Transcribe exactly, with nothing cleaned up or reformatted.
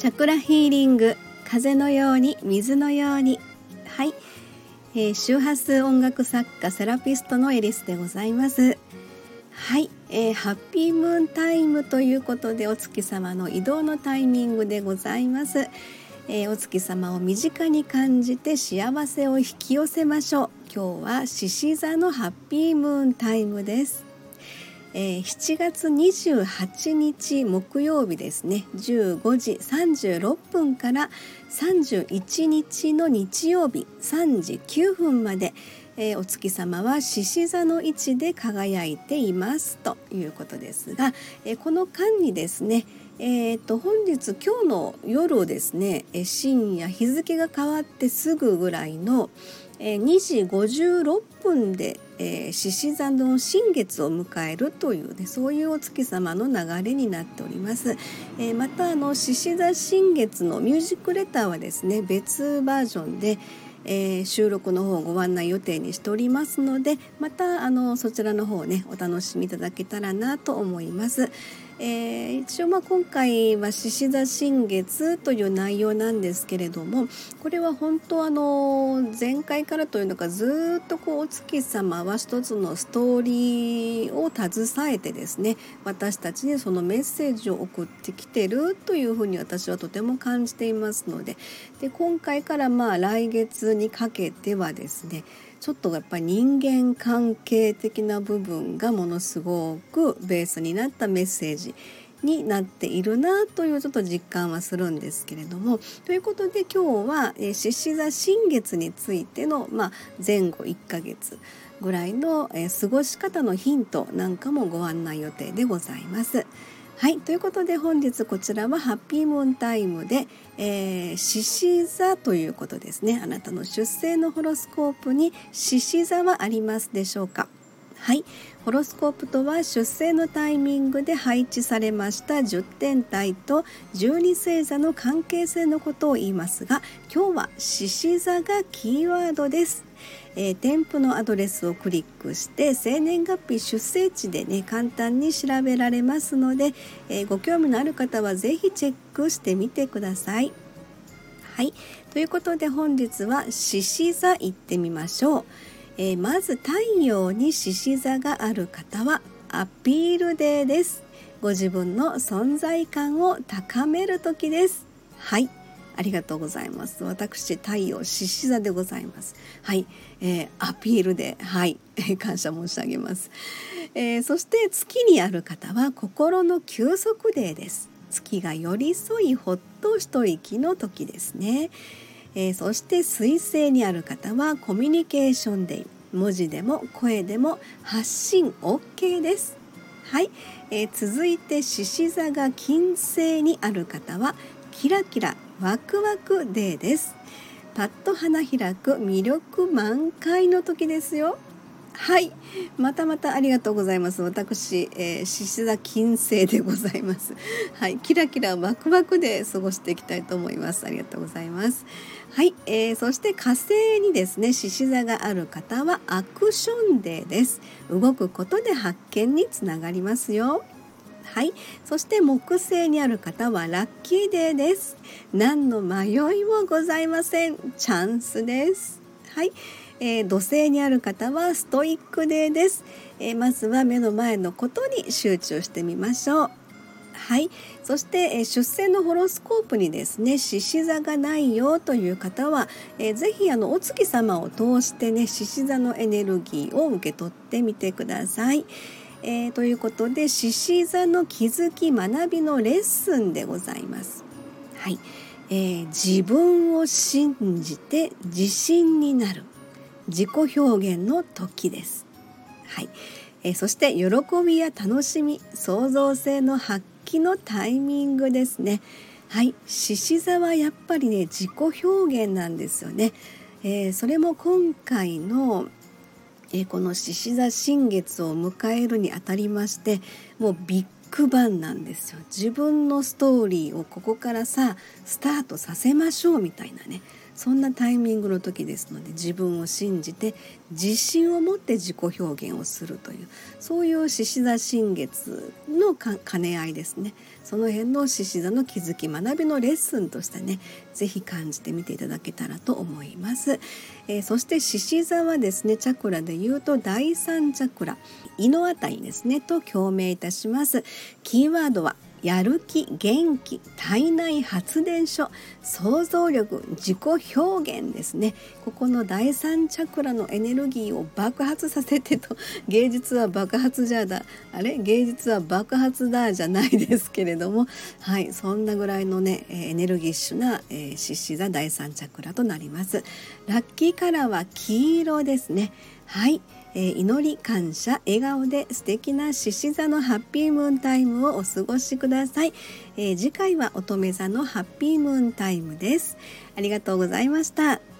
チャクラヒーリング、風のように水のように。はい、えー、周波数音楽作家セラピストのエリスでございます。はい、えー、ハッピームーンタイムということで、お月様の移動のタイミングでございます。えー、お月様を身近に感じて幸せを引き寄せましょう。今日は獅子座のハッピームーンタイムです。えー、しちがつにじゅうはちにち木曜日ですね、じゅうごじさんじゅうろっぷんからさんじゅういちにちの日曜日さんじきゅうふんまで、えー、お月様は獅子座の位置で輝いていますということですが、えー、この間にですね、えー、と本日今日の夜ですね、えー、深夜日付が変わってすぐぐらいのえー、にじごじゅうろっぷんで獅子座の新月を迎えるという、ね、そういうお月様の流れになっております。えー、またあの獅子座新月のミュージックレターはですね、別バージョンで、えー、収録の方をご案内予定にしておりますので、またあのそちらの方をねお楽しみいただけたらなと思います。えー、一応まあ今回は獅子座新月という内容なんですけれども、これは本当あの前回からというのか、ずっとこうお月様は一つのストーリーを携えてですね、私たちにそのメッセージを送ってきてるというふうに私はとても感じていますので、で今回からまあ来月にかけてはですね、ちょっとやっぱり人間関係的な部分がものすごくベースになったメッセージになっているなというちょっと実感はするんですけれども、ということで今日は獅子座新月についての、まあ、前後いっかげつぐらいの過ごし方のヒントなんかもご案内予定でございます。はい、ということで本日こちらはハッピームーンタイムで、えー、獅子座ということですね。あなたの出生のホロスコープに獅子座はありますでしょうか。はい、ホロスコープとは出生のタイミングで配置されましたじゅってん体とじゅうに星座の関係性のことを言いますが、今日は獅子座がキーワードです。えー、添付のアドレスをクリックして生年月日出生地でね簡単に調べられますので、えー、ご興味のある方はぜひチェックしてみてください。はい、ということで本日は獅子座行ってみましょう。えー、まず太陽に獅子座がある方はアピールデーです。ご自分の存在感を高める時です。はい、ありがとうございます。私太陽獅子座でございます。はい、えー、アピールで、はい、感謝申し上げます。えー、そして月にある方は心の休息デーです。月が寄り添いほっと一息の時ですね。えー、そして水星にある方はコミュニケーションデー、文字でも声でも発信 OK です。はい、えー、続いて獅子座が金星にある方はキラキラワクワクデーです。パッと花開く魅力満開の時ですよ。はい、またまたありがとうございます。私、えー、獅子座金星でございます。はい、キラキラワクワクで過ごしていきたいと思います。ありがとうございます。はい、えー、そして火星にですね獅子座がある方はアクションデーです。動くことで発見につながりますよ。はい、そして木星にある方はラッキーデーです。何の迷いもございません。チャンスです。はい、えー、土星にある方はストイックデーです。えー、まずは目の前のことに集中してみましょう。はい、そして、えー、出生のホロスコープにですね獅子座がないよという方は、えー、ぜひあのお月様を通してね獅子座のエネルギーを受け取ってみてください。えー、ということで獅子座の気づき学びのレッスンでございます。はい、えー、自分を信じて自信になる自己表現の時です。はい、えー、そして喜びや楽しみ創造性の発揮のタイミングですね。はい、獅子座はやっぱりね自己表現なんですよね。えー、それも今回のえー、この獅子座新月を迎えるにあたりましてもうビッグバンなんですよ。自分のストーリーをここからさスタートさせましょうみたいなね、 そんなタイミングの時ですので、自分を信じて自信を持って自己表現をするという、そういう獅子座新月のか兼ね合いですね。その辺の獅子座の気づき学びのレッスンとしてね、ぜひ感じてみていただけたらと思います。えー、そして獅子座はですね、チャクラでいうとだいさんチャクラ、胃のあたりですねと共鳴いたします。キーワードはやる気、元気、体内発電所、想像力、自己表現ですね。ここのだいさんチャクラのエネルギーを爆発させてと、芸術は爆発じゃだ、あれ芸術は爆発だじゃないですけれども、はい、そんなぐらいのねエネルギッシュな獅子座だいさんチャクラとなります。ラッキーカラーは黄色ですね。はい、えー、祈り、感謝、笑顔で素敵な獅子座のハッピームーンタイムをお過ごしください。えー、次回は乙女座のハッピームーンタイムです。ありがとうございました。